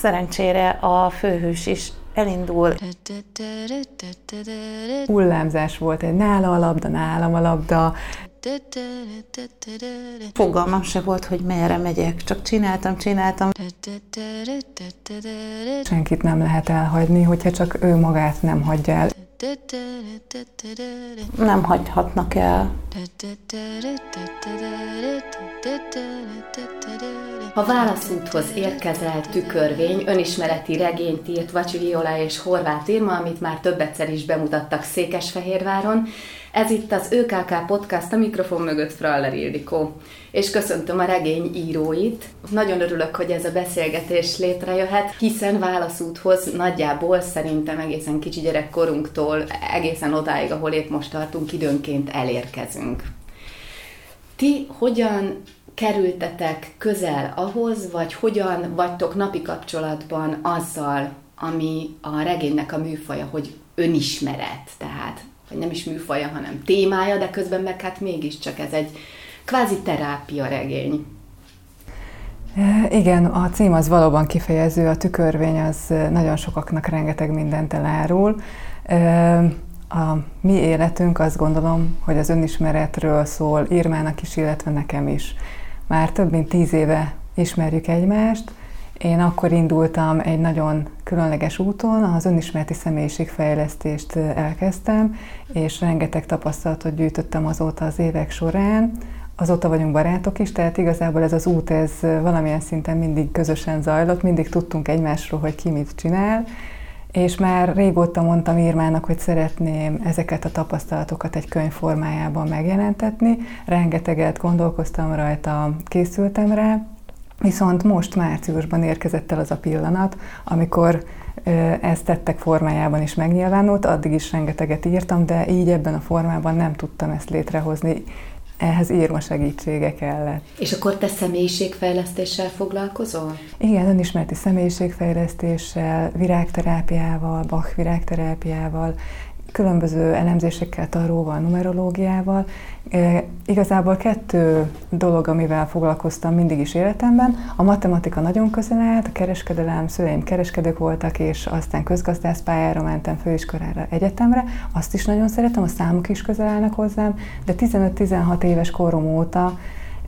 szerencsére a főhős is elindul. Hullámzás volt, egy nála a labda, nálam a labda. Fogalmam se volt, hogy merre megyek, csak csináltam. Senkit nem lehet elhagyni, hogyha csak ő magát nem hagyja el. Nem hagyhatnak el. A Válaszúthoz érkezel tükörvény, önismereti regényt írt Vacsi Viola és Horváth Irma, amit már többetszer is bemutattak Székesfehérváron. Ez itt az ÖKK Podcast, a mikrofon mögött Fraller Ildikó. És köszöntöm a regény íróit. Nagyon örülök, hogy ez a beszélgetés létrejöhet, hiszen Válaszúthoz nagyjából szerintem egészen kicsi gyerekkorunktól egészen odáig, ahol épp most tartunk, időnként elérkezünk. Ti hogyan kerültetek közel ahhoz, vagy hogyan vagytok napi kapcsolatban azzal, ami a regénynek a műfaja, hogy önismeret, tehát vagy nem is műfaja, hanem témája, de közben meg hát mégiscsak ez egy kvázi terápia regény. Igen, a cím az valóban kifejező, a tükörvény az nagyon sokaknak rengeteg mindent elárul. A mi életünk, azt gondolom, hogy az önismeretről szól Irmának is, illetve nekem is. Már több mint 10 éve ismerjük egymást. Én akkor indultam egy nagyon különleges úton, az önismereti személyiségfejlesztést elkezdtem, és rengeteg tapasztalatot gyűjtöttem azóta az évek során. Azóta vagyunk barátok is, tehát igazából ez az út, ez valamilyen szinten mindig közösen zajlott, mindig tudtunk egymásról, hogy ki mit csinál, és már régóta mondtam Irmának, hogy szeretném ezeket a tapasztalatokat egy könyv formájában megjelentetni. Rengeteget gondolkoztam rajta, készültem rá, viszont most márciusban érkezett el az a pillanat, amikor ez tettek formájában is megnyilvánult, addig is rengeteget írtam, de így ebben a formában nem tudtam ezt létrehozni. Ehhez Irma segítsége kellett. És akkor te személyiségfejlesztéssel foglalkozol? Igen, önismereti személyiségfejlesztéssel, virágterápiával, Bach virágterápiával, különböző elemzésekkel, taróval, numerológiával. Igazából 2 dolog, amivel foglalkoztam mindig is életemben. A matematika nagyon közel állt, a kereskedelem, szüleim kereskedők voltak, és aztán közgazdászpályára mentem, főiskolára, egyetemre. Azt is nagyon szeretem, a számok is közel állnak hozzám, de 15-16 éves korom óta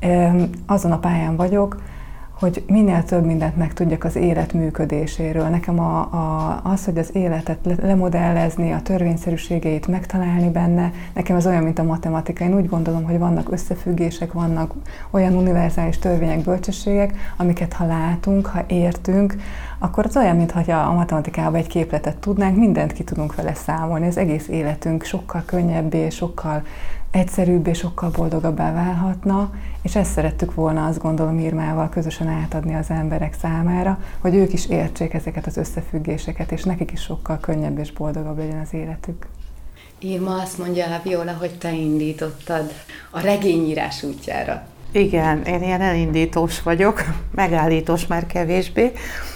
azon a pályán vagyok, hogy minél több mindent megtudjak az élet működéséről. Nekem az, hogy az életet lemodellezni, a törvényszerűségeit megtalálni benne, nekem ez olyan, mint a matematika. Én úgy gondolom, hogy vannak összefüggések, vannak olyan univerzális törvények, bölcsességek, amiket ha látunk, ha értünk, akkor az olyan, mintha a matematikában egy képletet tudnánk, mindent ki tudunk vele számolni. Az egész életünk sokkal könnyebbé, sokkal egyszerűbbé, sokkal boldogabbá válhatna, és ezt szerettük volna, azt gondolom, Irmával közösen átadni az emberek számára, hogy ők is értsék ezeket az összefüggéseket, és nekik is sokkal könnyebb és boldogabb legyen az életük. Irma, azt mondja a Viola, hogy te indítottad a regényírás útjára. Igen, én ilyen elindítós vagyok, megállítós már kevésbé.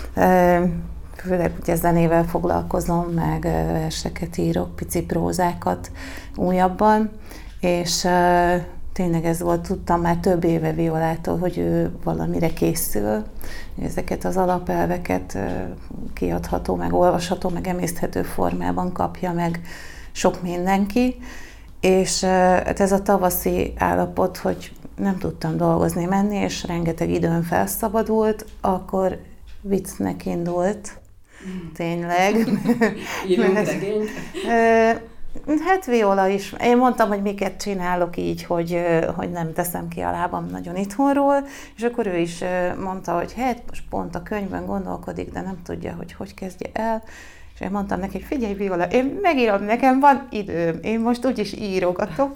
Főleg ugye zenével foglalkozom, meg verseket írok, pici prózákat újabban, és tényleg ez volt, tudtam már több éve Violától, hogy ő valamire készül. Ezeket az alapelveket kiadható, meg olvasható, meg emészthető formában kapja meg sok mindenki. És ez a tavaszi állapot, hogy nem tudtam dolgozni, menni, és rengeteg időn felszabadult, akkor viccnek indult. Tényleg. Írunk regényt. Hát Viola is. Én mondtam, hogy miket csinálok így, hogy nem teszem ki a lábam nagyon itthonról, és akkor ő is mondta, hogy hát most pont a könyvben gondolkodik, de nem tudja, hogy kezdje el. És én mondtam neki, hogy figyelj Viola, én megírom, nekem van időm, én most úgyis írogatok.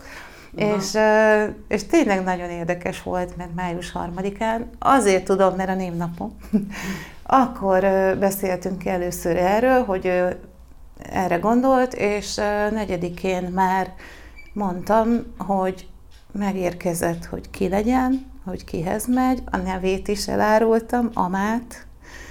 És tényleg nagyon érdekes volt, mert május 3-án, azért tudom, mert a névnapom, akkor beszéltünk először erről, hogy ő erre gondolt, és 4-én már mondtam, hogy megérkezett, hogy ki legyen, hogy kihez megy, a nevét is elárultam, Amát,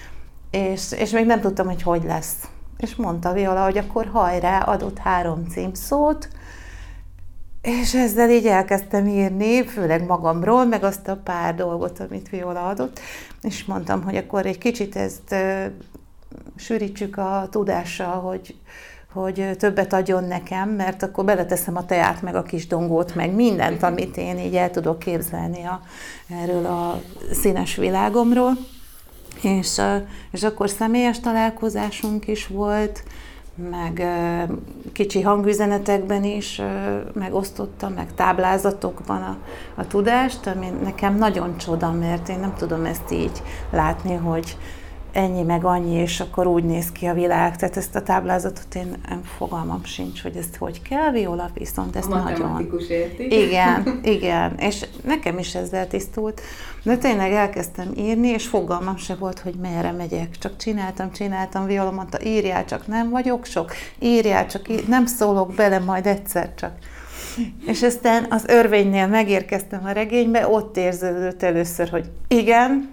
és még nem tudtam, hogy lesz. És mondta Viola, hogy akkor hajrá, adott 3 címszót, És ezzel így elkezdtem írni, főleg magamról, meg azt a pár dolgot, amit Viola adott, és mondtam, hogy akkor egy kicsit ezt sűrítsük a tudással, hogy többet adjon nekem, mert akkor beleteszem a teát, meg a kis dongót, meg mindent, amit én így el tudok képzelni erről a színes világomról. És akkor személyes találkozásunk is volt, meg kicsi hangüzenetekben is megosztottam, meg táblázatokban a tudást, ami nekem nagyon csoda, mert én nem tudom ezt így látni, hogy ennyi meg annyi, és akkor úgy néz ki a világ. Tehát ezt a táblázatot én fogalmam sincs, hogy ezt hogy kell, Viola viszont ezt nagyon... Matematikus érti. Igen, és nekem is ezzel tisztult. De tényleg elkezdtem írni, és fogalmam se volt, hogy merre megyek. Csak csináltam, Viola mondta, írjál, csak nem vagyok sok, írjál, csak nem szólok bele, majd egyszer csak. És aztán az örvénynél megérkeztem a regénybe, ott érződött először, hogy igen,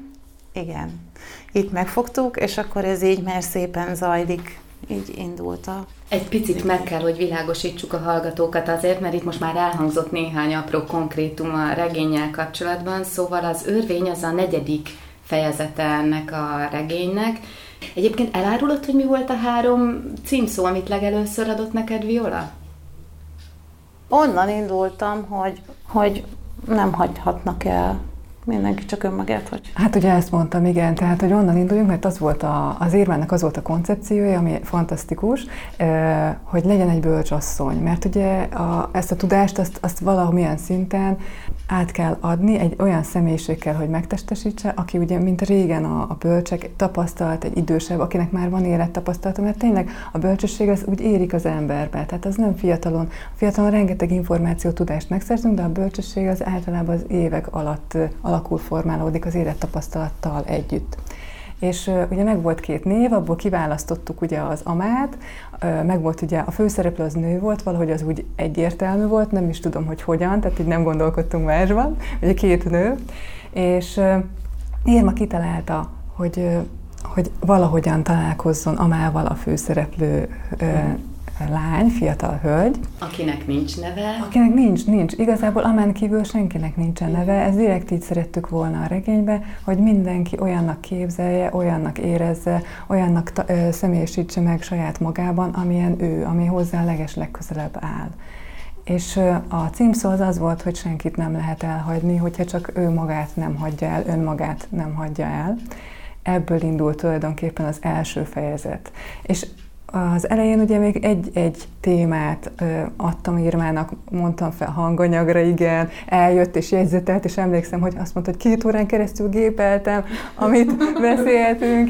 itt megfogtuk, és akkor ez így már szépen zajlik. Így indult a... Egy picit meg kell, hogy világosítsuk a hallgatókat azért, mert itt most már elhangzott néhány apró konkrétum a regénnyel kapcsolatban, szóval az örvény az a 4. fejezete ennek a regénynek. Egyébként elárulod, hogy mi volt a 3 címszó, amit legelőször adott neked Viola? Onnan indultam, hogy nem hagyhatnak el. Mindenki csak önmagát hagy. Hát ugye ezt mondtam, igen, tehát hogy onnan induljunk, mert az volt az Irmának az volt a koncepciója, ami fantasztikus, hogy legyen egy bölcsasszony, mert ugye ezt a tudást azt valamilyen szinten át kell adni egy olyan személyiségkel, hogy megtestesítse, aki ugye, mint régen a bölcsek, tapasztalt, egy idősebb, akinek már van élettapasztalata, mert tényleg a bölcsesség az úgy érik az emberbe, tehát az nem fiatalon. A fiatalon rengeteg információ, tudást megszerzünk, de a bölcsesség az általában az évek alatt alakul, formálódik az élettapasztalattal együtt. És ugye meg volt 2 név, abból kiválasztottuk ugye az Amát, meg volt ugye a főszereplő az nő volt, valahogy az úgy egyértelmű volt, nem is tudom, hogy hogyan, tehát így nem gondolkodtunk másban, ugye 2 nő, és Irma kitalálta, hogy valahogyan találkozzon Amával a főszereplő lány, fiatal hölgy. Akinek nincs neve. Akinek nincs. Igazából Amán kívül senkinek nincsen neve. Ez direkt így szerettük volna a regénybe, hogy mindenki olyannak képzelje, olyannak érezze, olyannak személyesítse meg saját magában, amilyen ő, ami hozzá legközelebb áll. És a címszó az volt, hogy senkit nem lehet elhagyni, hogyha csak ő magát nem hagyja el, önmagát nem hagyja el. Ebből indult tulajdonképpen az első fejezet. És az elején ugye még egy témát adtam Irmának, mondtam fel hanganyagra, igen, eljött és jegyzetelt, és emlékszem, hogy azt mondta, hogy 2 órán keresztül gépeltem, amit beszéltünk,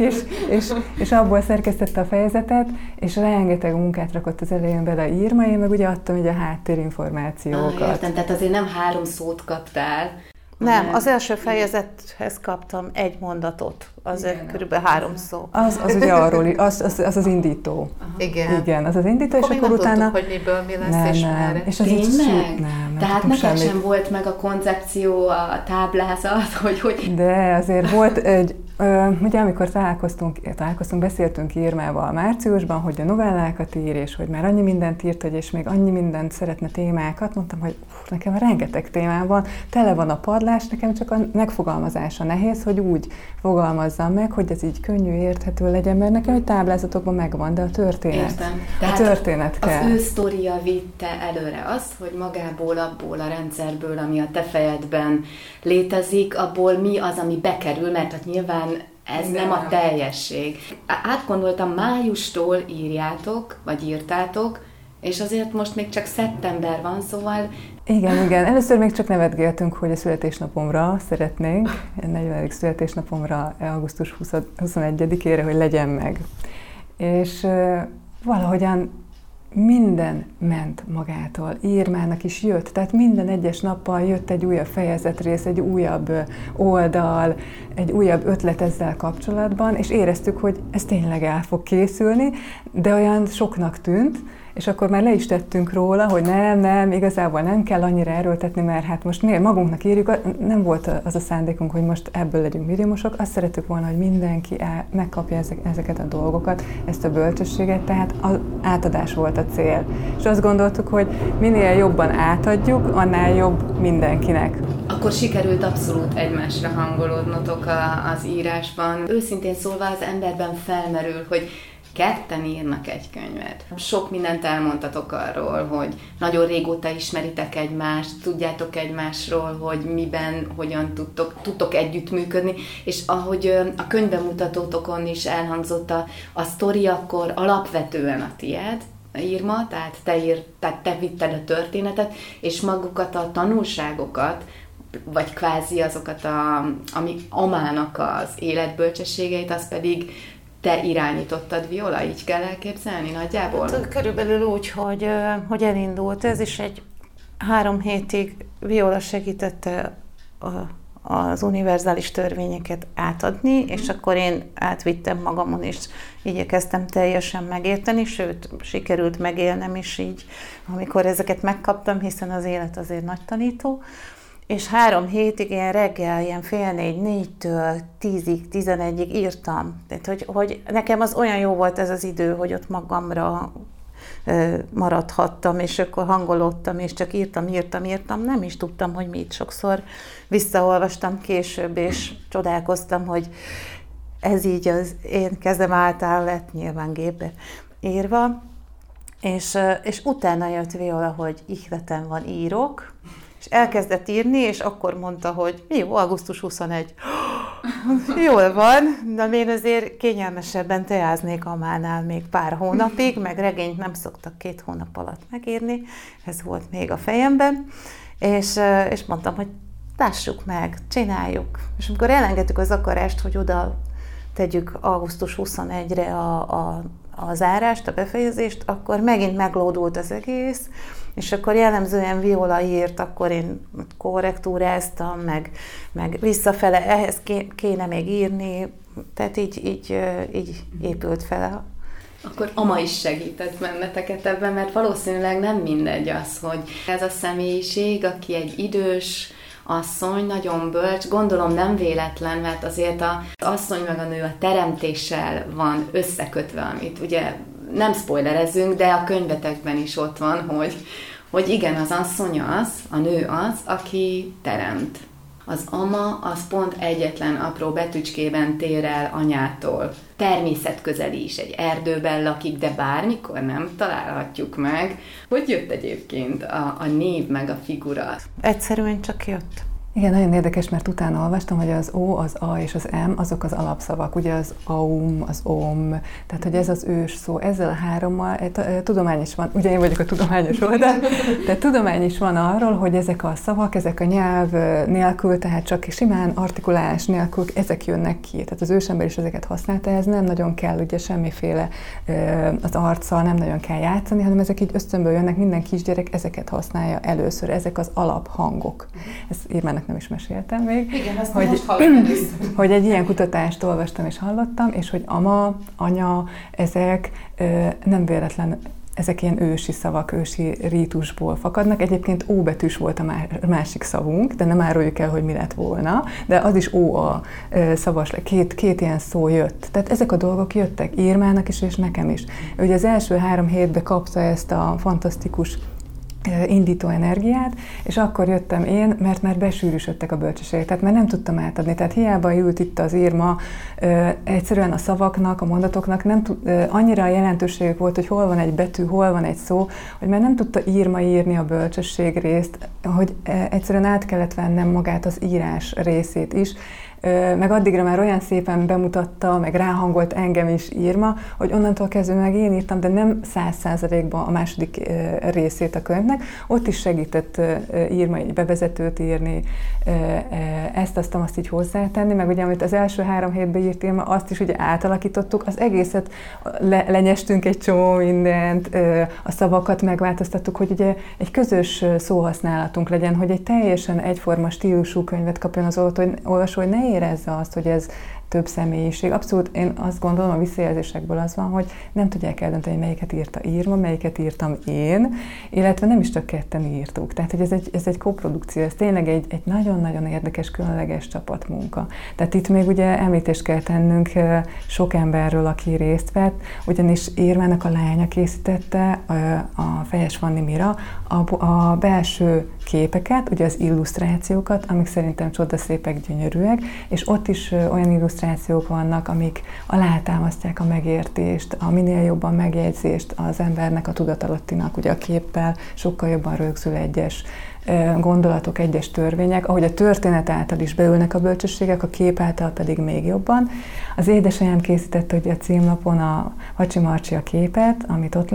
és abból szerkesztette a fejezetet, és rengeteg munkát rakott az elején bele Irma, én meg ugye adtam ugye a háttérinformációkat. Értem, tehát azért nem 3 szót kaptál. Nem, az első fejezethez kaptam 1 mondatot, az kb. 3 szó. Az ugye arról, az indító. Igen, az indító, és akkor utána... Tudtuk, hogy miből mi lesz, és merre. És tényleg? Nem tehát neked sem volt meg a koncepció, a táblázat, hogy... De azért volt egy... Ugye amikor találkoztunk, beszéltünk Irmával márciusban, hogy a novellákat ír, és hogy már annyi mindent írt, hogy és még annyi mindent szeretne témákat, mondtam, hogy nekem rengeteg témám van, tele van a padlás, nekem csak a megfogalmazása nehéz, hogy úgy fogalmazzam meg, hogy ez így könnyű, érthető legyen, mert nekem egy táblázatokban megvan, de a történet. Értem. Tehát a történet kell. Az ő sztoria vitte előre azt, hogy magából, abból a rendszerből, ami a te fejedben létezik, abból mi az, ami bekerül, mert hát nyilván ez nem a teljesség. Átgondoltam, májustól írjátok, vagy írtátok, és azért most még csak szeptember van, szóval... Igen. Először még csak nevetgéltünk, hogy a születésnapomra szeretnénk, a 40. születésnapomra, augusztus 21-ére, hogy legyen meg. És valahogyan minden ment magától. Irmának is jött, tehát minden egyes nappal jött egy újabb fejezetrész, egy újabb oldal, egy újabb ötlet ezzel kapcsolatban, és éreztük, hogy ez tényleg el fog készülni, de olyan soknak tűnt, És akkor már le is tettünk róla, hogy nem, igazából nem kell annyira erőltetni, mert hát most magunknak írjuk, nem volt az a szándékunk, hogy most ebből legyünk médiumosok, azt szerettük volna, hogy mindenki megkapja ezeket a dolgokat, ezt a bölcsességet, tehát az átadás volt a cél. És azt gondoltuk, hogy minél jobban átadjuk, annál jobb mindenkinek. Akkor sikerült abszolút egymásra hangolódnotok az írásban. Őszintén szólva az emberben felmerül, hogy ketten írnak egy könyvet. Sok mindent elmondtatok arról, hogy nagyon régóta ismeritek egymást, tudjátok egymásról, hogy miben, hogyan tudtok együttműködni, és ahogy a könyvbemutatótokon is elhangzott a sztori, akkor alapvetően a tied, Irma, tehát te vitted a történetet, és magukat a tanulságokat, vagy kvázi azokat, ami Amának az életbölcsességeit, az pedig te irányítottad, Viola, így kell elképzelni nagyjából? Hát, körülbelül úgy, hogy elindult ez, és 3 hétig Viola segítette az univerzális törvényeket átadni, és akkor én átvittem magamon, és igyekeztem teljesen megérteni, sőt, sikerült megélnem is így, amikor ezeket megkaptam, hiszen az élet azért nagy tanító. És 3 hétig én reggel, ilyen 3:30-4-től 10-ig, 11-ig írtam. Tehát, hogy nekem az olyan jó volt ez az idő, hogy ott magamra maradhattam, és akkor hangolódtam, és csak írtam. Nem is tudtam, hogy mit. Sokszor visszaolvastam később, és csodálkoztam, hogy ez így az én kezem által lett, nyilván gépbe írva. És utána jött Viola, hogy ihletem van, írok, és elkezdett írni, és akkor mondta, hogy jó, augusztus 21. Jól van, de én azért kényelmesebben teáznék Amánál még pár hónapig, meg regényt nem szoktak 2 hónap alatt megírni, ez volt még a fejemben, és mondtam, hogy lássuk meg, csináljuk. És amikor elengedtük az akarást, hogy oda tegyük augusztus 21-re a zárást, a befejezést, akkor megint meglódult az egész, és akkor jellemzően Viola írt, akkor én korrektúráztam, meg visszafele, ehhez kéne még írni, tehát így épült fel. Akkor Ama is segített benneteket ebben, mert valószínűleg nem mindegy az, hogy ez a személyiség, aki egy idős asszony, nagyon bölcs, gondolom nem véletlen, mert azért az asszony meg a nő a teremtéssel van összekötve, amit ugye nem spoilerezünk, de a könyvetekben is ott van, hogy igen, az asszony az, a nő az, aki teremt. Az Ama az pont egyetlen apró betűcskében tér el anyától. Természetközeli is, egy erdőben lakik, de bármikor nem találhatjuk meg. Hogy jött egyébként a név meg a figura? Egyszerűen csak jött. Igen, nagyon érdekes, mert utána olvastam, hogy az O, az A és az M, azok az alapszavak, ugye az aum, az om, tehát hogy ez az ős szó, ezzel a 3-mal tudomány is van, ugye én vagyok a tudományos oldal, tehát tudomány is van arról, hogy ezek a szavak, ezek a nyelv nélkül, tehát csak simán artikulálás nélkül, ezek jönnek ki. Tehát az ősember is ezeket használta, ez nem nagyon kell ugye semmiféle az arccal, nem nagyon kell játszani, hanem ezek így ösztönből jönnek, minden kisgyerek ezeket használja először, ezek az alaphangok. Ez Irmának nem is meséltem még. Igen, azt hogy, most hallottam. hogy egy ilyen kutatást olvastam és hallottam, és hogy ama, anya, ezek nem véletlen, ezek ilyen ősi szavak, ősi rítusból fakadnak. Egyébként ó betűs volt a másik szavunk, de nem áruljuk el, hogy mi lett volna, de az is ó a szavas, két ilyen szó jött. Tehát ezek a dolgok jöttek Irmának is, és nekem is. Ugye az első 3 hétben kapta ezt a fantasztikus indító energiát, és akkor jöttem én, mert már besűrűsödtek a bölcsességek, tehát már nem tudtam átadni. Tehát hiába ült itt az Irma, egyszerűen a szavaknak, a mondatoknak annyira jelentőségük volt, hogy hol van egy betű, hol van egy szó, hogy már nem tudta Irma írni a bölcsesség részt, hogy egyszerűen át kellett vennem magát az írás részét is, meg addigra már olyan szépen bemutatta, meg ráhangolt engem is Irma, hogy onnantól kezdve meg én írtam, de nem 100%-ban a második részét a könyvnek. Ott is segített Irma egy bevezetőt írni, azt így hozzátenni, meg ugye amit az első 3 hétben írt Irma, azt is ugye átalakítottuk, az egészet lenyestünk egy csomó mindent, a szavakat megváltoztattuk, hogy ugye egy közös szóhasználatunk legyen, hogy egy teljesen egyforma stílusú könyvet kapjon az olvasó, hogy ne érezze azt, hogy több személyiség. Abszolút én azt gondolom, a visszajelzésekből az van, hogy nem tudják eldönteni, melyiket írta Irma, melyiket írtam én, illetve nem is csak ketten írtuk. Tehát, hogy ez egy koprodukció, ez tényleg egy nagyon-nagyon érdekes, különleges csapatmunka. Tehát itt még ugye említést kell tennünk sok emberről, aki részt vett, ugyanis Irmának a lánya készítette, a Fejes Fanni Mira, a belső képeket, ugye az illusztrációkat, amik szerintem csodaszépek, gyönyörűek, és ott is olyan illusztrációk vannak, amik alátámasztják a megértést, a minél jobban megjegyzést az embernek, a tudatalattinak, ugye a képpel sokkal jobban rögzül egyes gondolatok, egyes törvények, ahogy a történet által is beülnek a bölcsességek, a kép által pedig még jobban. Az édesanyám készítette ugye a címlapon a Hacsi Marcsi a képet, amit ott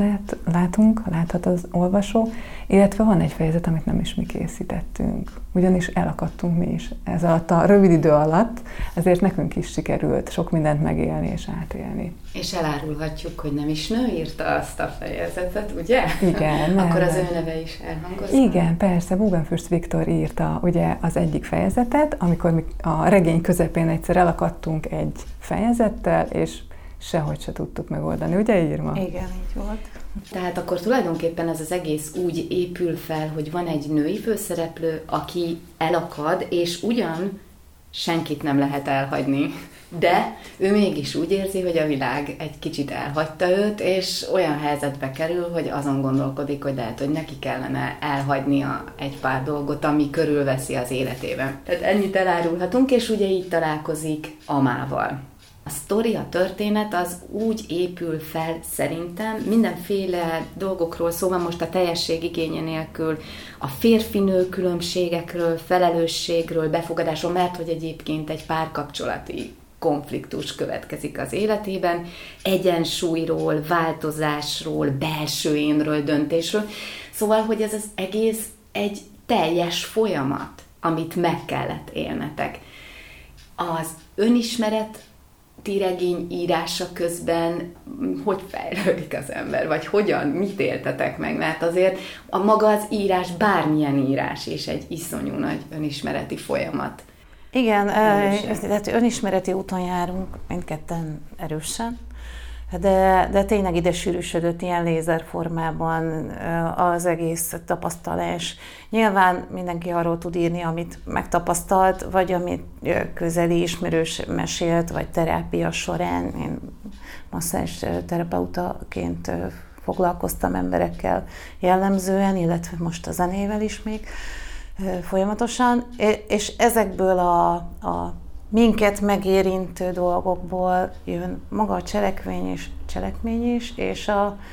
láthat az olvasó, illetve van egy fejezet, amit nem is mi készítettünk. Ugyanis elakadtunk mi is ez alatt a rövid idő alatt, ezért nekünk is sikerült sok mindent megélni és átélni. És elárulhatjuk, hogy nem is nő írta azt a fejezetet, ugye? Igen. Akkor az ő neve is elhangozhat? Igen, persze. Bubenfürst Viktor írta ugye az egyik fejezetet, amikor mi a regény közepén egyszer elakadtunk egy fejezettel, és sehogy se tudtuk megoldani. Ugye, Irma? Igen, így volt. Tehát akkor tulajdonképpen ez az egész úgy épül fel, hogy van egy női főszereplő, aki elakad, és ugyan senkit nem lehet elhagyni, de ő mégis úgy érzi, hogy a világ egy kicsit elhagyta őt, és olyan helyzetbe kerül, hogy azon gondolkodik, hogy lehet, hogy neki kellene elhagynia egy pár dolgot, ami körülveszi az életében. Tehát ennyit elárulhatunk, és ugye így találkozik Amával. A sztori, a történet az úgy épül fel szerintem, mindenféle dolgokról szó van most a teljesség igénye nélkül, a férfi-nő különbségekről, felelősségről, befogadásról, mert hogy egyébként egy párkapcsolati konfliktus következik az életében, egyensúlyról, változásról, belső énről, döntésről. Szóval, hogy ez az egész egy teljes folyamat, amit meg kellett élnetek. Az önismeret regény írása közben hogy fejlődik az ember, vagy hogyan, mit éltetek meg, mert azért a maga az írás, bármilyen írás is egy iszonyú nagy önismereti folyamat. Igen, tehát önismereti úton járunk mindketten erősen, de tényleg ide sűrűsödött ilyen lézerformában az egész tapasztalás. Nyilván mindenki arról tud írni, amit megtapasztalt, vagy amit közeli ismerős mesélt, vagy terápia során. Én masszázs terapeutaként foglalkoztam emberekkel jellemzően, illetve most a zenével is még folyamatosan, és ezekből a minket megérintő dolgokból jön maga a cselekmény is, és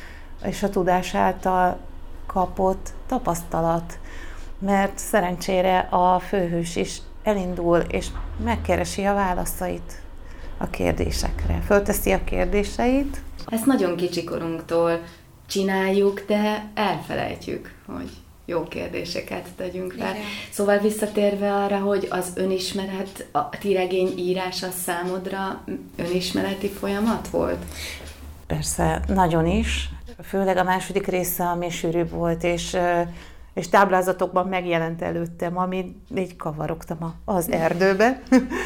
a tudás által kapott tapasztalat. Mert szerencsére a főhős is elindul, és megkeresi a válaszait a kérdésekre. Fölteszi a kérdéseit. Ezt nagyon kicsikorunktól csináljuk, de elfelejtjük, hogy jó kérdéseket tegyünk fel. Igen. Szóval visszatérve arra, hogy az önismeret, a ti regény írása számodra önismereti folyamat volt? Persze, nagyon is. Főleg a második része, ami sűrűbb volt, és táblázatokban megjelent előttem, ami így kavarogtam az erdőbe.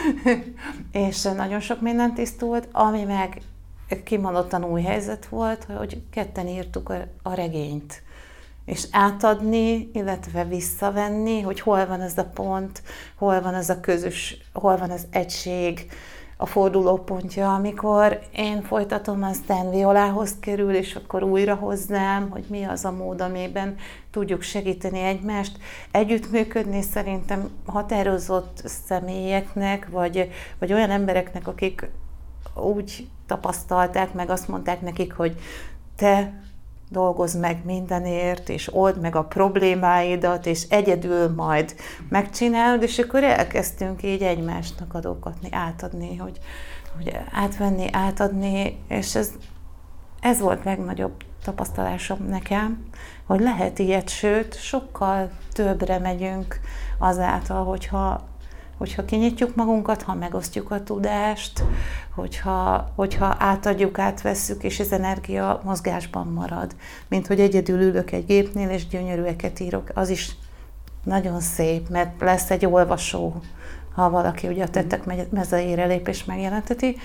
És nagyon sok mindent tisztult, ami meg kimondottan új helyzet volt, hogy ketten írtuk a regényt. És átadni, illetve visszavenni, hogy hol van ez a pont, hol van ez a közös, hol van az egység, a fordulópontja, amikor én folytatom, aztán Violához kerül, és akkor újra hoznám, hogy mi az a mód, amiben tudjuk segíteni egymást. Együttműködni szerintem határozott személyeknek, vagy olyan embereknek, akik úgy tapasztalták, meg azt mondták nekik, hogy te dolgozz meg mindenért, és old meg a problémáidat, és egyedül majd megcsinálod, és akkor elkezdtünk így egymásnak adogatni, átadni, hogy átvenni, átadni, és ez volt legnagyobb tapasztalásom nekem, hogy lehet ilyet, sőt, sokkal többre megyünk azáltal, hogyha kinyitjuk magunkat, ha megosztjuk a tudást, hogyha átadjuk, átvesszük, és ez energia mozgásban marad. Mint hogy egyedül ülök egy gépnél, és gyönyörűeket írok, az is nagyon szép, mert lesz egy olvasó, ha valaki ugye a tettek mezeire lép és megjelenteti.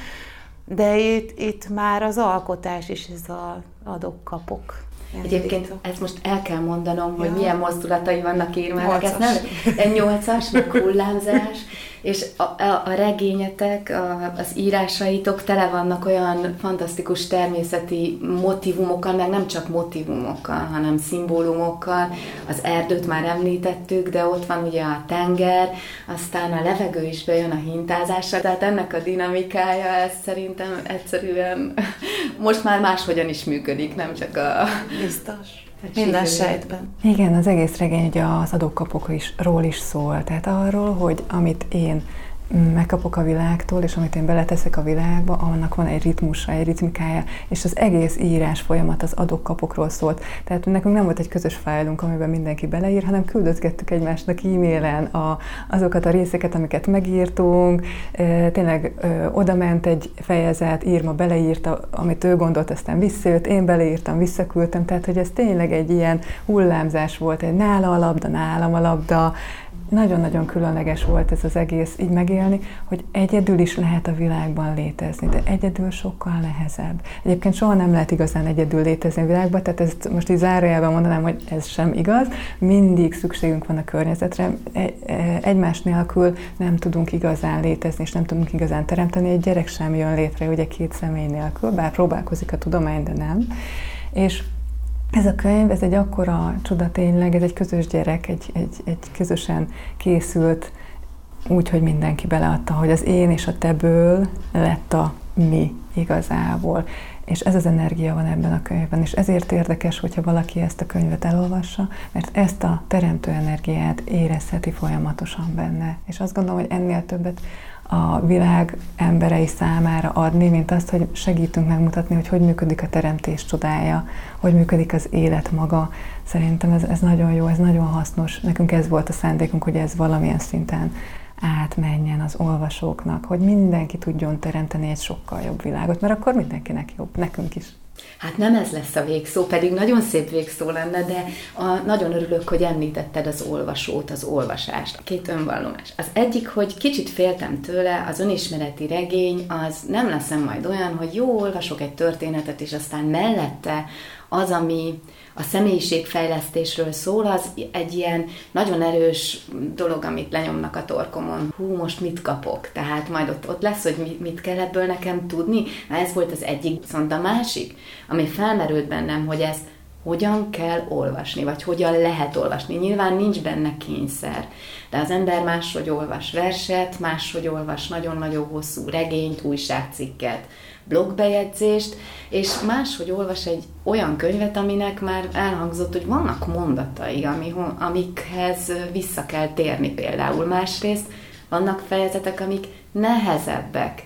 De itt már az alkotás is, ez az adok-kapok. Egyébként ezt most el kell mondanom, hogy milyen mozdulatai vannak Irmának. Ez nem 8-as, meg hullámzás, és a regényetek, az írásaitok tele vannak olyan fantasztikus természeti motivumokkal, meg nem csak motivumokkal, hanem szimbólumokkal. Az erdőt már említettük, de ott van ugye a tenger, aztán a levegő is bejön a hintázással, tehát ennek a dinamikája, ez szerintem egyszerűen most már máshogyan is működik, nem csak a... Biztos. Minden sejtben. Igen, az egész regény ugye az adok-kapokról is szól. Tehát arról, hogy amit én megkapok a világtól, és amit én beleteszek a világba, annak van egy ritmusa, egy ritmikája, és az egész írás folyamat az adok-kapokról szólt. Tehát nekünk nem volt egy közös fájlunk, amiben mindenki beleír, hanem küldözgettük egymásnak e-mailen azokat a részeket, amiket megírtunk. Tényleg oda ment egy fejezet, Irma beleírta, amit ő gondolt, aztán visszajött, én beleírtam, visszaküldtem, tehát hogy ez tényleg egy ilyen hullámzás volt, egy nála a labda, nálam a labda. Nagyon-nagyon különleges volt ez az egész így megélni, hogy egyedül is lehet a világban létezni, de egyedül sokkal nehezebb. Egyébként soha nem lehet igazán egyedül létezni a világban, tehát ezt most így zárójelben mondanám, hogy ez sem igaz. Mindig szükségünk van a környezetre. Egymás nélkül nem tudunk igazán létezni, és nem tudunk igazán teremteni. Egy gyerek sem jön létre, ugye 2 személy nélkül, bár próbálkozik a tudomány, de nem. És ez a könyv, ez egy akkora csoda tényleg, ez egy közös gyerek, egy közösen készült, úgy, hogy mindenki beleadta, hogy az én és a teből lett a mi igazából. És ez az energia van ebben a könyvben, és ezért érdekes, hogyha valaki ezt a könyvet elolvassa, mert ezt a teremtő energiát érezheti folyamatosan benne. És azt gondolom, hogy ennél többet a világ emberei számára adni, mint azt, hogy segítünk megmutatni, hogy működik a teremtés csodája, hogy működik az élet maga. Szerintem ez nagyon jó, ez nagyon hasznos. Nekünk ez volt a szándékunk, hogy ez valamilyen szinten átmenjen az olvasóknak, hogy mindenki tudjon teremteni egy sokkal jobb világot, mert akkor mindenkinek jobb, nekünk is. Hát nem ez lesz a végszó, pedig nagyon szép végszó lenne, de nagyon örülök, hogy említetted az olvasót, az olvasást. 2 önvallomás. Az egyik, hogy kicsit féltem tőle, az önismereti regény, az nem leszem majd olyan, hogy jó, olvasok egy történetet, és aztán mellette az, ami a személyiségfejlesztésről szól, az egy ilyen nagyon erős dolog, amit lenyomnak a torkomon. Hú, most mit kapok? Tehát majd ott lesz, hogy mit kell ebből nekem tudni? Na, ez volt az egyik. Viszont a másik, ami felmerült bennem, hogy ezt hogyan kell olvasni, vagy hogyan lehet olvasni. Nyilván nincs benne kényszer, de az ember máshogy olvas verset, máshogy olvas nagyon-nagyon hosszú regényt, újságcikket, blogbejegyzést, és máshogy olvas egy olyan könyvet, aminek már elhangzott, hogy vannak mondatai, amikhez vissza kell térni például. Másrészt vannak fejezetek, amik nehezebbek.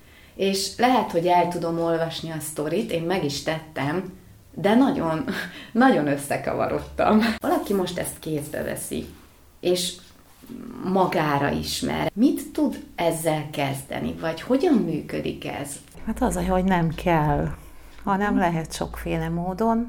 És lehet, hogy el tudom olvasni a sztorit, én meg is tettem, de nagyon, nagyon összekavarodtam. Valaki most ezt kézbe veszi, és magára ismer. Mit tud ezzel kezdeni, vagy hogyan működik ez? Hát az, hogy nem kell, hanem lehet sokféle módon,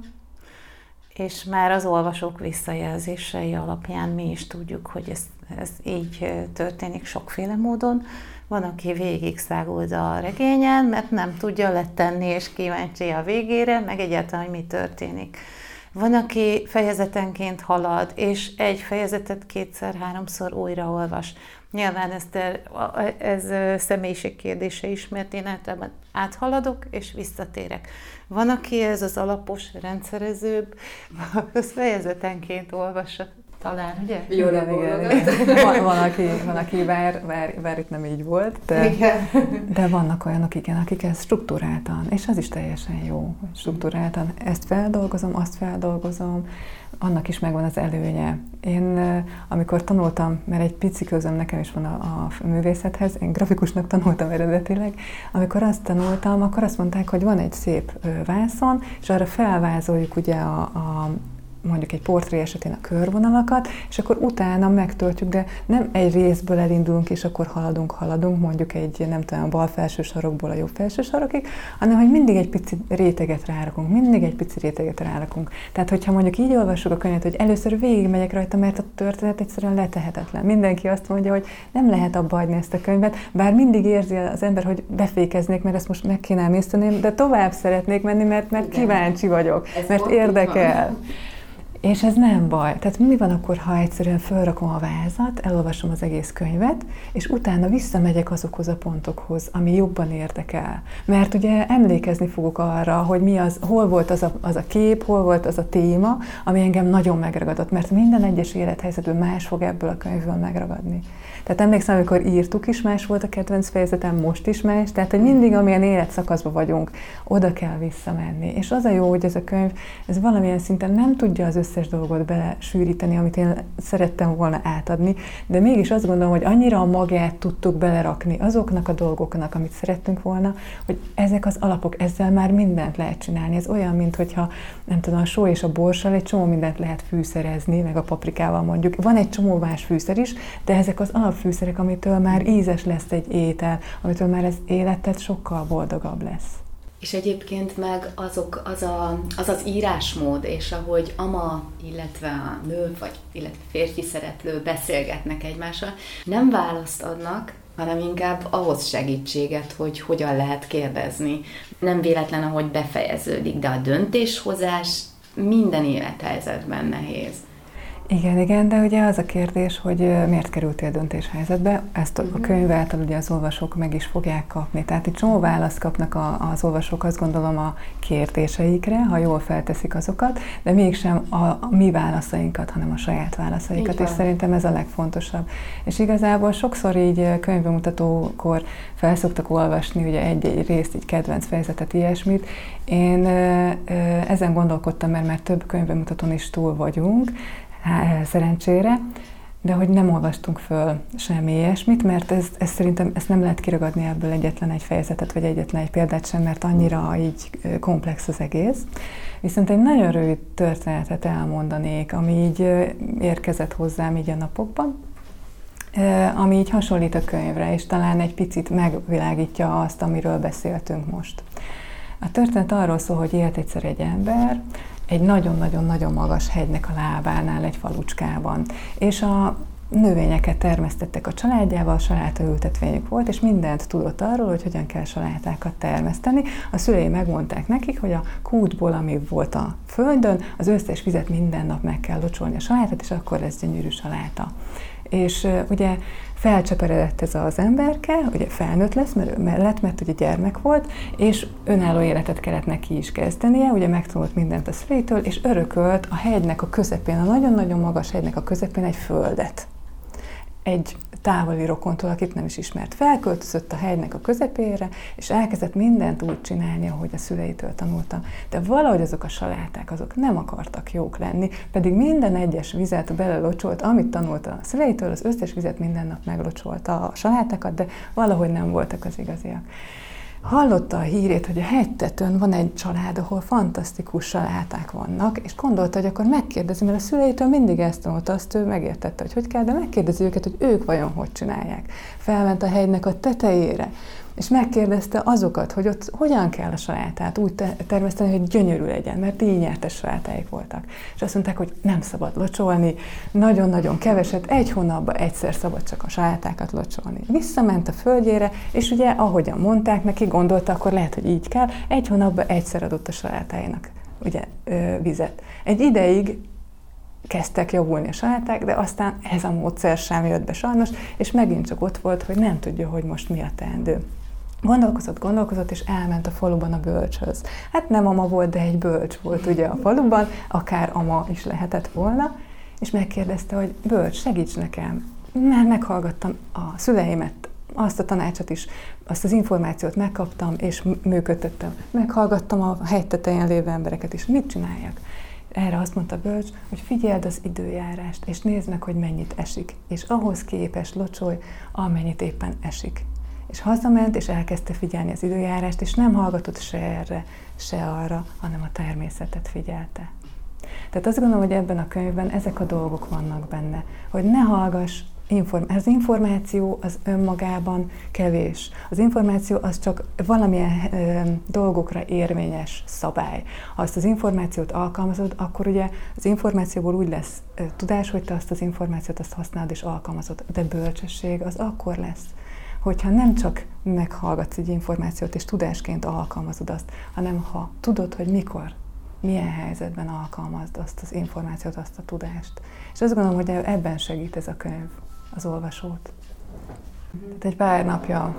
és már az olvasók visszajelzései alapján mi is tudjuk, hogy ez így történik sokféle módon. Van, aki végig száguld a regényen, mert nem tudja letenni, és kíváncsi a végére, meg egyáltalán, hogy mi történik. Van, aki fejezetenként halad, és egy fejezetet 2-3-szor újraolvas. Nyilván ez személyiség kérdése is, mert én általában áthaladok, és visszatérek. Van, aki ez az alapos, rendszerezőbb, az fejezetenként olvassa. Talán, ugye? Igen. Van, aki bár itt nem így volt, de vannak olyanok, igen, akik ezt struktúráltan, és az is teljesen jó, hogy struktúráltan ezt feldolgozom, azt feldolgozom, annak is megvan az előnye. Én, amikor tanultam, mert egy pici közöm nekem is van a művészethez, én grafikusnak tanultam eredetileg, amikor azt tanultam, akkor azt mondták, hogy van egy szép vászon, és arra felvázoljuk ugye mondjuk egy portré esetén a körvonalakat, és akkor utána megtöltjük, de nem egy részből elindulunk, és akkor haladunk, mondjuk egy, nem tudom, a bal felső sarokból a jobb felső sarokig, hanem hogy mindig egy pici réteget rárakunk. Tehát, hogyha mondjuk így olvassuk a könyvet, hogy először végigmegyek rajta, mert a történet egyszerűen letehetetlen. Mindenki azt mondja, hogy nem lehet abba hagyni ezt a könyvet, bár mindig érzi az ember, hogy befékeznék, mert ezt most meg kéne emészteném, de tovább szeretnék menni, mert kíváncsi vagyok, mert érdekel. És ez nem baj. Tehát mi van akkor, ha egyszerűen felrakom a vázat, elolvasom az egész könyvet, és utána visszamegyek azokhoz a pontokhoz, ami jobban érdekel. Mert ugye emlékezni fogok arra, hogy hol volt az a kép, hol volt az a téma, ami engem nagyon megragadott, mert minden egyes élethelyzetben más fog ebből a könyvből megragadni. Tehát emlékszem, amikor írtuk is, más volt a kedvenc fejezetem, most is más, tehát hogy mindig, amilyen életszakaszban vagyunk, oda kell visszamenni. És az a jó, hogy ez a könyv, ez valamilyen szinten nem tudja az összes dolgot belesűríteni, amit én szerettem volna átadni, de mégis azt gondolom, hogy annyira a magát tudtuk belerakni azoknak a dolgoknak, amit szerettünk volna, hogy ezek az alapok, ezzel már mindent lehet csinálni. Ez olyan, mintha, nem tudom, a só és a borssal egy csomó mindent lehet fűszerezni, meg a paprikával mondjuk. Van egy csomó más fűszer is, de ezek az alapfűszerek, amitől már ízes lesz egy étel, amitől már az életed sokkal boldogabb lesz. És egyébként meg az írásmód, és ahogy ama, illetve a nő, illetve férfi szereplő beszélgetnek egymással, nem választ adnak, hanem inkább ahhoz segítséget, hogy hogyan lehet kérdezni. Nem véletlen, ahogy befejeződik, de a döntéshozás minden élethelyzetben nehéz. Igen, de ugye az a kérdés, hogy miért kerültél döntéshelyzetbe, ezt a könyv által ugye az olvasók meg is fogják kapni. Tehát itt csomó választ kapnak az olvasók, azt gondolom, a kérdéseikre, ha jól felteszik azokat, de mégsem a mi válaszainkat, hanem a saját válaszaikat, és szerintem ez a legfontosabb. És igazából sokszor így könyvbemutatókor felszoktak olvasni ugye egy részt, egy kedvenc fejezetet, ilyesmit. Én ezen gondolkodtam, mert már több könyvbemutatón is túl vagyunk, szerencsére, de hogy nem olvastunk föl semmi ilyesmit, mert ez szerintem ezt nem lehet kiragadni ebből egyetlen egy fejezetet, vagy egyetlen egy példát sem, mert annyira így komplex az egész. Viszont egy nagyon rövid történetet elmondanék, ami így érkezett hozzám így a napokban, ami így hasonlít a könyvre, és talán egy picit megvilágítja azt, amiről beszéltünk most. A történet arról szól, hogy élt egyszer egy ember, egy nagyon-nagyon-nagyon magas hegynek a lábánál, egy falucskában. És a növényeket termesztettek a családjával, salátaültetvényük volt, és mindent tudott arról, hogy hogyan kell salátákat termeszteni. A szülei megmondták nekik, hogy a kútból, ami volt a földön, az összes vizet minden nap meg kell locsolni a salátát, és akkor lesz gyönyörű saláta. És ugye felcseperedett ez az emberke, ugye felnőtt lesz, mert ugye gyermek volt, és önálló életet kellett neki is kezdenie, ugye megtanult mindent a szüleitől, és örökölt a hegynek a közepén, a nagyon-nagyon magas hegynek a közepén egy földet. Egy távoli rokontól, akit nem is ismert. Felköltözött a hegynek a közepére, és elkezdett mindent úgy csinálni, ahogy a szüleitől tanulta. De valahogy azok a saláták, azok nem akartak jók lenni, pedig minden egyes vizet belelocsolt, amit tanult a szüleitől, az összes vizet minden nap meglocsolta a salátákat, de valahogy nem voltak az igaziak. Hallotta a hírét, hogy a hegytetőn van egy család, ahol fantasztikus saláták vannak, és gondolta, hogy akkor megkérdezi, mert a szüleitől mindig ezt tanulta, azt ő megértette, hogy kell, de megkérdezi őket, hogy ők vajon hogy csinálják. Felment a hegynek a tetejére, és megkérdezte azokat, hogy ott hogyan kell a salátát úgy termeszteni, hogy gyönyörű legyen, mert így nyertes salátáik voltak. És azt mondták, hogy nem szabad locsolni, nagyon-nagyon keveset, egy hónapban egyszer szabad csak a salátákat locsolni. Visszament a földjére, és ugye ahogyan mondták neki, gondolta, akkor lehet, hogy így kell, egy hónapban egyszer adott a salátáinak ugye, vizet. Egy ideig kezdtek javulni a saláták, de aztán ez a módszer sem jött be sajnos, és megint csak ott volt, hogy nem tudja, hogy most mi a teendő. Gondolkozott, és elment a faluban a bölcshöz. Hát nem ama volt, de egy bölcs volt ugye a faluban, akár ama is lehetett volna, és megkérdezte, hogy bölcs, segíts nekem, mert meghallgattam a szüleimet, azt a tanácsot is, azt az információt megkaptam, és működtettem. Meghallgattam a hegy tetején lévő embereket is, mit csináljak? Erre azt mondta bölcs, hogy figyeld az időjárást, és nézd meg, hogy mennyit esik, és ahhoz képes locsolj, amennyit éppen esik. És hazament, és elkezdte figyelni az időjárást, és nem hallgatott se erre, se arra, hanem a természetet figyelte. Tehát azt gondolom, hogy ebben a könyvben ezek a dolgok vannak benne, hogy ne hallgass, az információ az önmagában kevés. Az információ az csak valamilyen dolgokra érvényes szabály. Ha azt az információt alkalmazod, akkor ugye az információból úgy lesz tudás, hogy te azt az információt azt használod és alkalmazod. De bölcsesség az akkor lesz, hogyha nem csak meghallgatsz egy információt és tudásként alkalmazod azt, hanem ha tudod, hogy mikor, milyen helyzetben alkalmazd azt az információt, azt a tudást. És azt gondolom, hogy ebben segít ez a könyv az olvasót. Tehát egy pár napja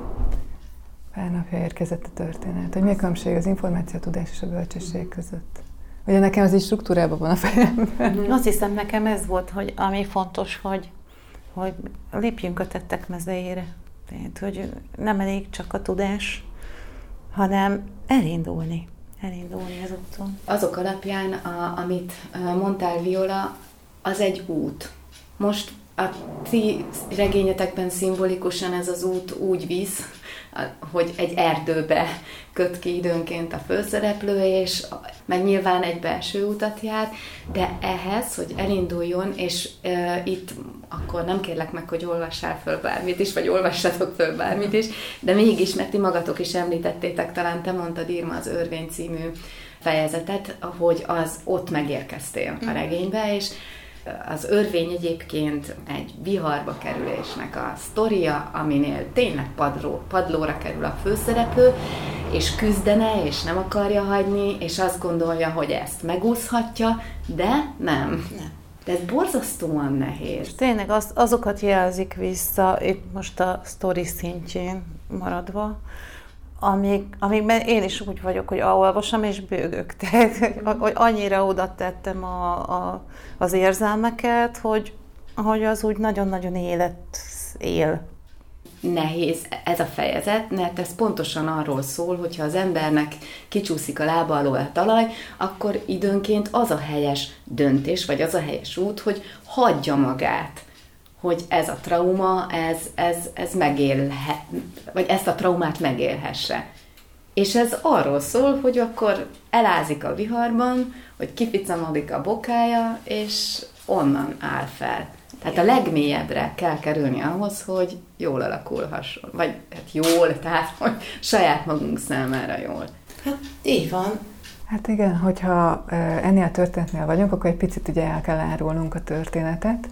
érkezett a történet, hogy mi a különbség az információ, a tudás és a bölcsesség között. Ugye nekem az így struktúrában van a fejemben. Azt hiszem, nekem ez volt, hogy ami fontos, hogy lépjünk a tettek mezeire. Tehát, hogy nem elég csak a tudás, hanem elindulni az úton. Azok alapján, amit mondtál, Viola, az egy út. Most a ti regényetekben szimbolikusan ez az út úgy visz, hogy egy erdőbe köt ki időnként a főszereplő, és meg nyilván egy belső utat jár, de ehhez, hogy elinduljon, és itt akkor nem kérlek meg, hogy olvassál föl bármit is, vagy olvassatok föl bármit is, de mégis, mert ti magatok is említettétek, talán te mondtad, Irma, az Örvény című fejezetet, hogy az ott megérkeztél a regénybe, és az Örvény egyébként egy viharba kerülésnek a sztoria, aminél tényleg padlóra kerül a főszereplő, és küzdene, és nem akarja hagyni, és azt gondolja, hogy ezt megúszhatja, de nem. De ez borzasztóan nehéz. És tényleg azokat jelzik vissza, itt most a sztori szintjén maradva, amígben én is úgy vagyok, hogy olvasom és bőgök. Tehát, hogy annyira oda tettem az érzelmeket, hogy az úgy nagyon-nagyon él. Nehéz ez a fejezet, mert ez pontosan arról szól, hogyha az embernek kicsúszik a lába alól a talaj, akkor időnként az a helyes döntés, vagy az a helyes út, hogy hagyja magát, hogy ez a trauma, ez megélhet, vagy ezt a traumát megélhesse. És ez arról szól, hogy akkor elázik a viharban, hogy kificamodik a bokája, és onnan áll fel. Tehát a legmélyebbre kell kerülni ahhoz, hogy jól alakulhasson. Vagy hát jól, tehát hogy saját magunk számára jól. Hát így van. Hát igen, hogyha ennél a történetnél vagyunk, akkor egy picit ugye el kell árulnunk a történetet.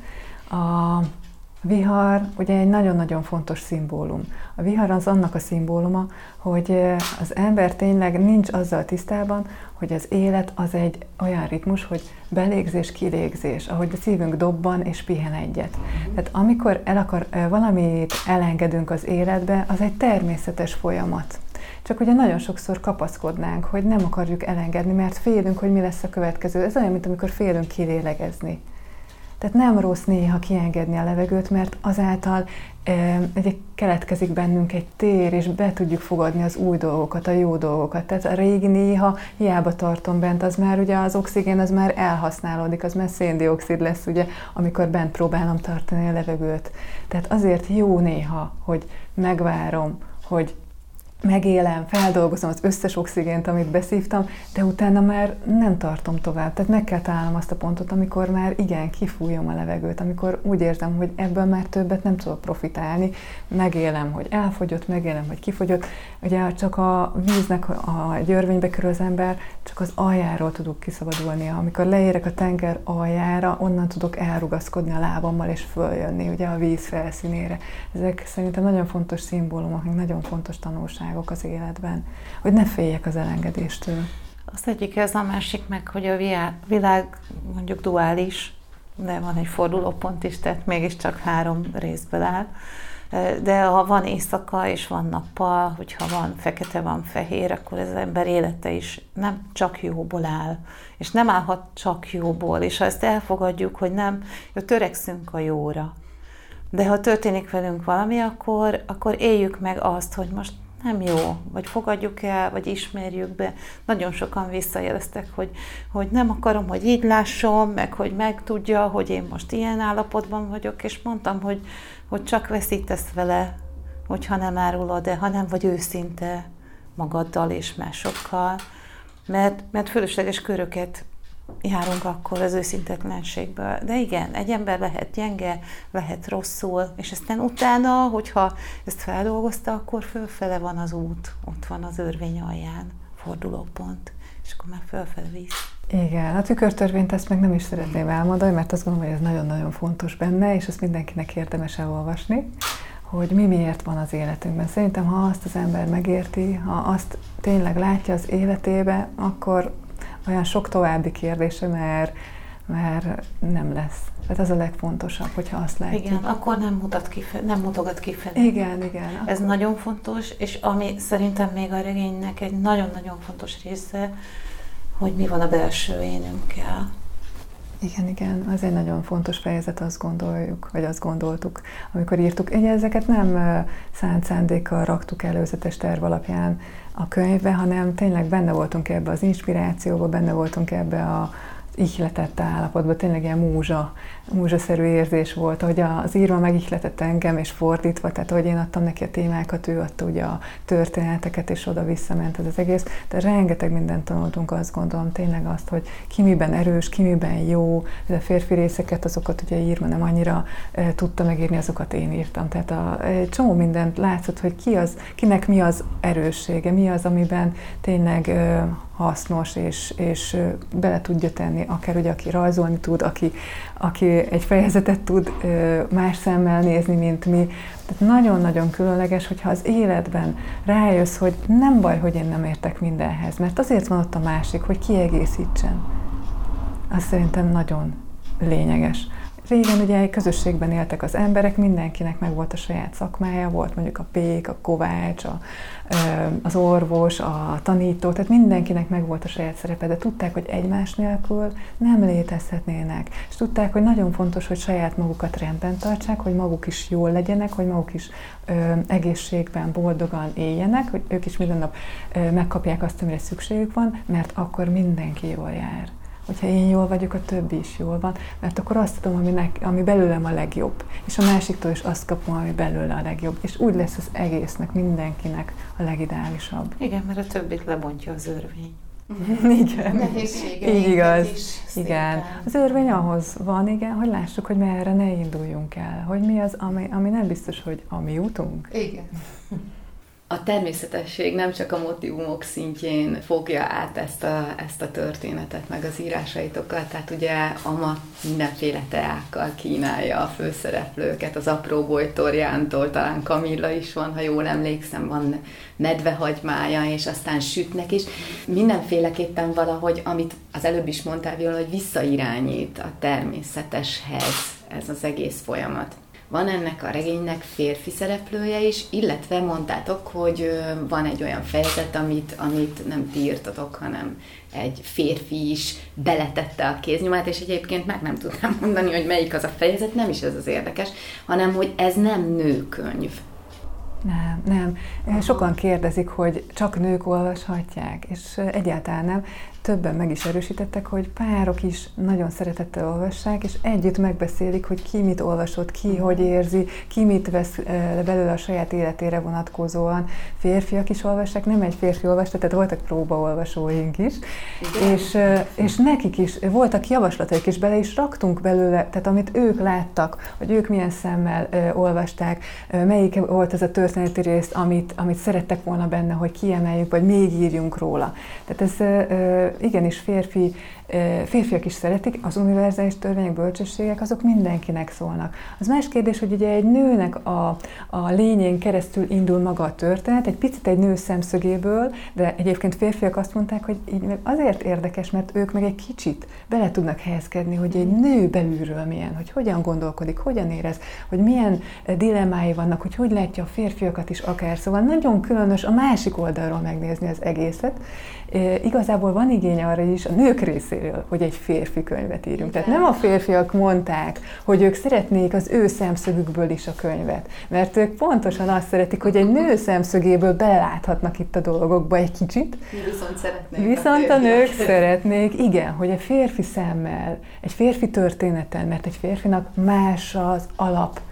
A vihar ugye egy nagyon-nagyon fontos szimbólum. A vihar az annak a szimbóluma, hogy az ember tényleg nincs azzal tisztában, hogy az élet az egy olyan ritmus, hogy belégzés, kilégzés, ahogy a szívünk dobban és pihen egyet. Tehát amikor valamit elengedünk az életbe, az egy természetes folyamat. Csak ugye nagyon sokszor kapaszkodnánk, hogy nem akarjuk elengedni, mert félünk, hogy mi lesz a következő. Ez olyan, mint amikor félünk kilélegezni. Tehát nem rossz néha kiengedni a levegőt, mert azáltal keletkezik bennünk egy tér, és be tudjuk fogadni az új dolgokat, a jó dolgokat. Tehát a régi néha hiába tartom bent, az már ugye az oxigén az már elhasználódik, az már széndioxid lesz, ugye, amikor bent próbálom tartani a levegőt. Tehát azért jó néha, hogy megvárom, hogy megélem, feldolgozom az összes oxigént, amit beszívtam, de utána már nem tartom tovább. Tehát meg kell találnom azt a pontot, amikor már igen, kifújom a levegőt, amikor úgy érzem, hogy ebből már többet nem tudok profitálni. Megélem, hogy elfogyott, megélem, hogy kifogyott. Ugye csak a víznek a Örvénybe kerül az ember, csak az aljáról tudok kiszabadulni. Amikor leérek a tenger aljára, onnan tudok elrugaszkodni a lábammal és följönni ugye a víz felszínére. Ezek szerintem nagyon fontos szimbólumok, nagyon fontos tanulságok az életben, hogy ne féljek az elengedéstől. Az egyik ez, a másik meg, hogy a világ mondjuk duális, de van egy fordulópont is, tehát mégiscsak 3 részből áll. De ha van éjszaka és van nappal, hogyha van fekete, van fehér, akkor az ember élete is nem csak jóból áll. És nem állhat csak jóból. És ha ezt elfogadjuk, hogy nem, törekszünk a jóra. De ha történik velünk valami, akkor éljük meg azt, hogy most nem jó, vagy fogadjuk el, vagy ismerjük be. Nagyon sokan visszajeleztek, hogy nem akarom, hogy így lásson, meg hogy megtudja, hogy én most ilyen állapotban vagyok, és mondtam, hogy csak veszítesz vele, hogyha nem árulod el, ha nem vagy őszinte magaddal és másokkal, mert fölösleges köröket járunk akkor az őszintetlenségből. De igen, egy ember lehet gyenge, lehet rosszul, és aztán utána, hogyha ezt feldolgozta, akkor fölfele van az út, ott van az örvény alján, fordulópont, és akkor már fölfele visz. Igen, a tükörtörvényt ezt meg nem is szeretném elmondani, mert azt gondolom, hogy ez nagyon-nagyon fontos benne, és ezt mindenkinek érdemes elolvasni, hogy mi miért van az életünkben. Szerintem, ha azt az ember megérti, ha azt tényleg látja az életébe, akkor olyan sok további kérdése, mert nem lesz. Tehát az a legfontosabb, hogyha azt látjuk. Igen, akkor nem mutogat kifelé. Igen. Ez nagyon fontos, és ami szerintem még a regénynek egy nagyon-nagyon fontos része, hogy mi van a belső énünkkel. Igen, az egy nagyon fontos fejezet, azt gondoljuk, vagy azt gondoltuk, amikor írtuk. Ugye ezeket nem szánt szándékkal raktuk előzetes terv alapján a könyvbe, hanem tényleg benne voltunk ebbe az inspirációba, benne voltunk ebbe a ihletett állapotban, tényleg ilyen múzsaszerű érzés volt, hogy az írva megihletett engem, és fordítva, tehát hogy én adtam neki a témákat, ő adta ugye a történeteket, és oda visszament ez az egész. De rengeteg mindent tanultunk, azt gondolom, tényleg azt, hogy ki miben erős, ki miben jó, de a férfi részeket, azokat ugye írva nem annyira tudta megírni, azokat én írtam. Tehát egy csomó mindent látszott, hogy kinek mi az erőssége, mi az, amiben tényleg hasznos, és bele tudja tenni, akár ugye, aki rajzolni tud, aki egy fejezetet tud más szemmel nézni, mint mi. Tehát nagyon-nagyon különleges, hogyha az életben rájössz, hogy nem baj, hogy én nem értek mindenhez, mert azért van ott a másik, hogy kiegészítsen. Az szerintem nagyon lényeges. Régen ugye egy közösségben éltek az emberek, mindenkinek meg volt a saját szakmája, volt mondjuk a pék, a kovács, az orvos, a tanító, tehát mindenkinek meg volt a saját szerepe, de tudták, hogy egymás nélkül nem létezhetnének. És tudták, hogy nagyon fontos, hogy saját magukat rendben tartsák, hogy maguk is jól legyenek, hogy maguk is egészségben, boldogan éljenek, hogy ők is minden nap megkapják azt, amire szükségük van, mert akkor mindenki jól jár. Hogyha én jól vagyok, a többi is jól van, mert akkor azt tudom, ami belőlem a legjobb, és a másiktól is azt kapom, ami belőle a legjobb, és úgy lesz az egésznek, mindenkinek a legideálisabb. Igen, mert a többit lebontja az örvény. Igen. Így igaz. Igen. Az örvény ahhoz van, igen, hogy lássuk, hogy merre ne induljunk el, hogy mi az, ami nem biztos, hogy a mi útunk. Igen. A természetesség nem csak a motívumok szintjén fogja át ezt a történetet, meg az írásaitokat, tehát ugye Ama mindenféle teákkal kínálja a főszereplőket, az apró Bojtorjántól, talán Kamilla is van, ha jól emlékszem, van medvehagymája, és aztán sütnek is. Mindenféleképpen valahogy, amit az előbb is mondtál, Viola, hogy visszairányít a természeteshez ez az egész folyamat. Van ennek a regénynek férfi szereplője is, illetve mondtátok, hogy van egy olyan fejezet, amit nem ti írtatok, hanem egy férfi is beletette a kéznyomát, és egyébként meg nem tudnám mondani, hogy melyik az a fejezet, nem is ez az érdekes, hanem hogy ez nem nőkönyv. Nem. Sokan kérdezik, hogy csak nők olvashatják, és egyáltalán nem. Többen meg is erősítettek, hogy párok is nagyon szeretettel olvassák, és együtt megbeszélik, hogy ki mit olvasott, ki hogy érzi, ki mit vesz belőle a saját életére vonatkozóan. Férfiak is olvassák, nem egy férfi olvasta, tehát voltak próbaolvasóink is, és nekik is voltak javaslataik, és bele is raktunk belőle, tehát amit ők láttak, hogy ők milyen szemmel olvasták, melyik volt az a történeti rész, amit szerettek volna benne, hogy kiemeljük, vagy még írjunk róla. Tehát ez igenis férfiak is szeretik, az univerzális törvények, bölcsességek, azok mindenkinek szólnak. Az más kérdés, hogy ugye egy nőnek a lényén keresztül indul maga a történet, egy picit egy nő szemszögéből, de egyébként férfiak azt mondták, hogy így meg azért érdekes, mert ők meg egy kicsit bele tudnak helyezkedni, hogy egy nő belülről milyen, hogy hogyan gondolkodik, hogyan érez, hogy milyen dilemmái vannak, hogy látja a férfiakat is akár. Szóval nagyon különös a másik oldalról megnézni az egészet. Igazából van igény arra is a nők részéről, hogy egy férfi könyvet írjunk. Tehát nem a férfiak mondták, hogy ők szeretnék az ő szemszögükből is a könyvet, mert ők pontosan azt szeretik, hogy egy nő szemszögéből beláthatnak itt a dolgokba egy kicsit. Viszont a nők szeretnék, igen, hogy a férfi szemmel, egy férfi történeten, mert egy férfinak más az alap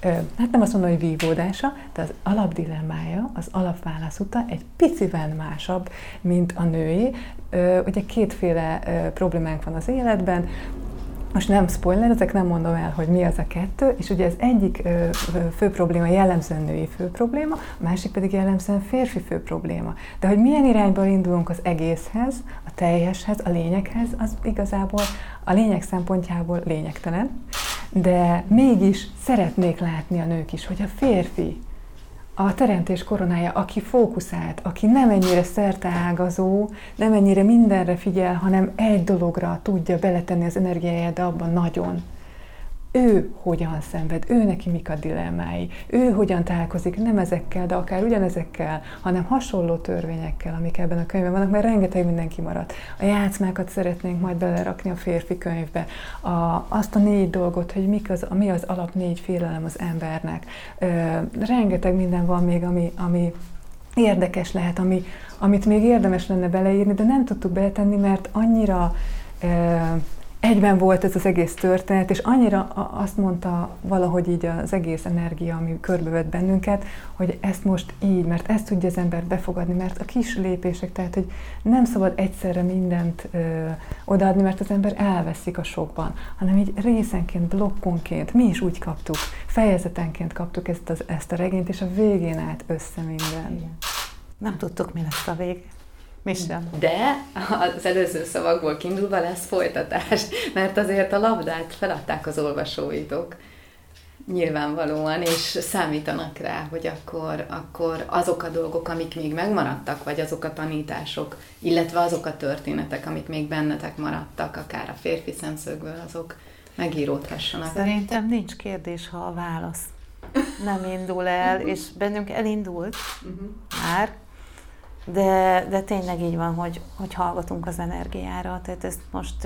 hát nem azt mondom, hogy vívódása, de az alapdilemmája, az alapválaszuta egy piciben másabb, mint a női. Ugye kétféle problémánk van az életben, most nem spoilerezek, nem mondom el, hogy mi az a kettő, és ugye az egyik fő probléma jellemzően női fő probléma, a másik pedig jellemzően férfi fő probléma. De hogy milyen irányba indulunk az egészhez, a teljeshez, a lényeghez, az igazából a lényeg szempontjából lényegtelen, de mégis szeretnék látni a nők is, hogy a férfi, a teremtés koronája, aki fókuszált, aki nem ennyire szerteágazó, nem ennyire mindenre figyel, hanem egy dologra tudja beletenni az energiáját, de abban nagyon. Ő hogyan szenved, ő neki mik a dilemmái, ő hogyan találkozik nem ezekkel, de akár ugyanezekkel, hanem hasonló törvényekkel, amik ebben a könyvben vannak, mert rengeteg minden kimaradt. A játszmákat szeretnénk majd belerakni a férfi könyvbe, azt a 4 dolgot, hogy mi az alap 4 félelem az embernek. Rengeteg minden van még, ami érdekes lehet, amit még érdemes lenne beleírni, de nem tudtuk beletenni, mert annyira egyben volt ez az egész történet, és annyira azt mondta valahogy így az egész energia, ami körbevett bennünket, hogy ezt most így, mert ezt tudja az ember befogadni, mert a kis lépések, tehát hogy nem szabad egyszerre mindent odaadni, mert az ember elveszik a sokban, hanem így részenként, blokkonként, mi is úgy kaptuk, fejezetenként kaptuk ezt a regényt, és a végén állt össze minden. Igen. Nem tudtuk, mi lesz a vég. Mi sem. De az előző szavakból kiindulva lesz folytatás, mert azért a labdát feladták az olvasóitok nyilvánvalóan, és számítanak rá, hogy akkor azok a dolgok, amik még megmaradtak, vagy azok a tanítások, illetve azok a történetek, amik még bennetek maradtak, akár a férfi szemszögből, azok megíródhassanak. Szerintem nincs kérdés, ha a válasz nem indul el, és bennünk elindult már, de tényleg így van, hogy hallgatunk az energiára, tehát ezt most,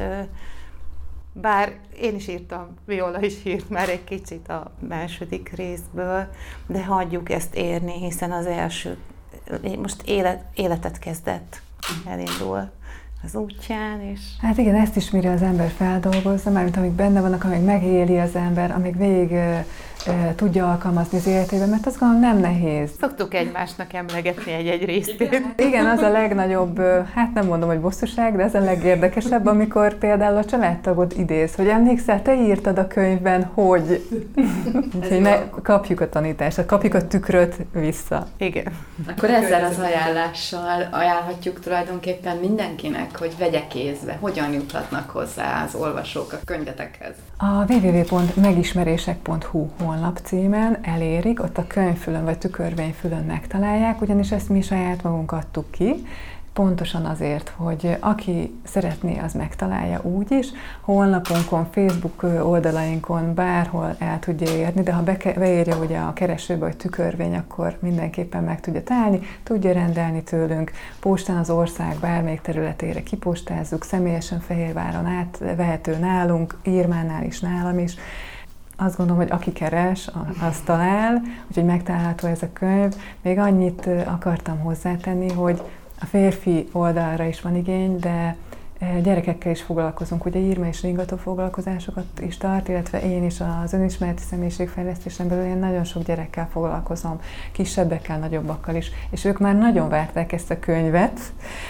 bár én is írtam, Viola is írt már egy kicsit a második részből, de hagyjuk ezt érni, hiszen az első, most életet kezdett, elindul az útján, és... Hát igen, ezt is mire az ember feldolgozza, mármint amik benne vannak, amíg megéli az ember, amíg végig tudja alkalmazni az életében, mert azt gondolom nem nehéz. Szoktuk egymásnak emlegetni egy-egy részét. Igen, az a legnagyobb, hát nem mondom, hogy bosszúság, de ez a legérdekesebb, amikor például a családtagod idéz, hogy emlékszel, te írtad a könyvben, hogy... Úgyhogy kapjuk a tanítást, kapjuk a tükröt vissza. Igen. Akkor ezzel az ajánlással ajánlhatjuk tulajdonképpen mindenkinek, hogy vegye kézbe, hogyan juthatnak hozzá az olvasók a könyvetekhez. A www.megismerések.hu honlap címen elérik, ott a könyvfülön vagy tükörvényfülön megtalálják, ugyanis ezt mi saját magunk adtuk ki, pontosan azért, hogy aki szeretné, az megtalálja úgy is, honlapunkon, Facebook oldalainkon, bárhol el tudja érni, de ha beírja ugye a keresőbe, hogy tükörvény, akkor mindenképpen meg tudja találni, tudja rendelni tőlünk, postán az ország bármelyik területére kipostázzuk, személyesen Fehérváron átvehető nálunk, Írmánál is, nálam is. Azt gondolom, hogy aki keres, az talál, úgyhogy megtalálható ez a könyv. Még annyit akartam hozzátenni, hogy a férfi oldalra is van igény, de gyerekekkel is foglalkozunk. Ugye írma és ringató foglalkozásokat is tart, illetve én is az önismereti személyiségfejlesztésen belül én nagyon sok gyerekkel foglalkozom, kisebbekkel, nagyobbakkal is, és ők már nagyon várták ezt a könyvet,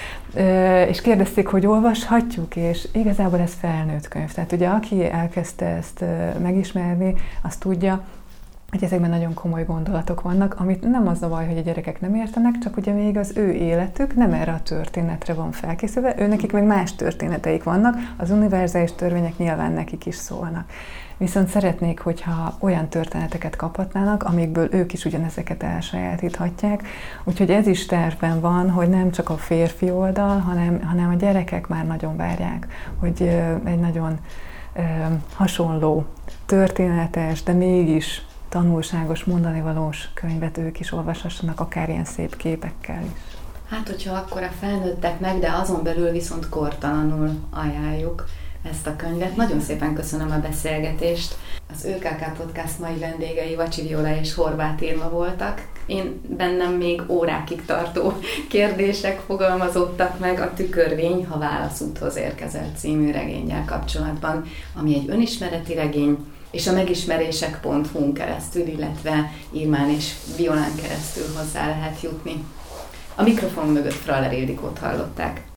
és kérdezték, hogy olvashatjuk, és igazából ez felnőtt könyv. Tehát ugye aki elkezdte ezt megismerni, azt tudja, hogy ezekben nagyon komoly gondolatok vannak, amit nem az a baj, hogy a gyerekek nem értenek, csak ugye még az ő életük nem erre a történetre van felkészülve, nekik meg más történeteik vannak, az univerzális törvények nyilván nekik is szólnak. Viszont szeretnék, hogyha olyan történeteket kaphatnának, amikből ők is ugyanezeket elsajátíthatják. Úgyhogy ez is tervben van, hogy nem csak a férfi oldal, hanem a gyerekek már nagyon várják, hogy egy nagyon hasonló történetes, de mégis tanulságos, mondanivalós könyvet ők is olvashassanak, akár ilyen szép képekkel is. Hát, hogyha akkor a felnőtteknek, de azon belül viszont kortalanul ajánljuk ezt a könyvet. Nagyon szépen köszönöm a beszélgetést. Az ÖKK Podcast mai vendégei Vacsi Viola és Horváth Irma voltak. Én bennem még órákig tartó kérdések fogalmazódtak meg a Tükörvény, ha válaszúthoz érkezel című regénnyel kapcsolatban, ami egy önismereti regény, és a megismerések.hu-n keresztül, illetve Irmán és Violán keresztül hozzá lehet jutni. A mikrofon mögött Fraller Ildikót hallották.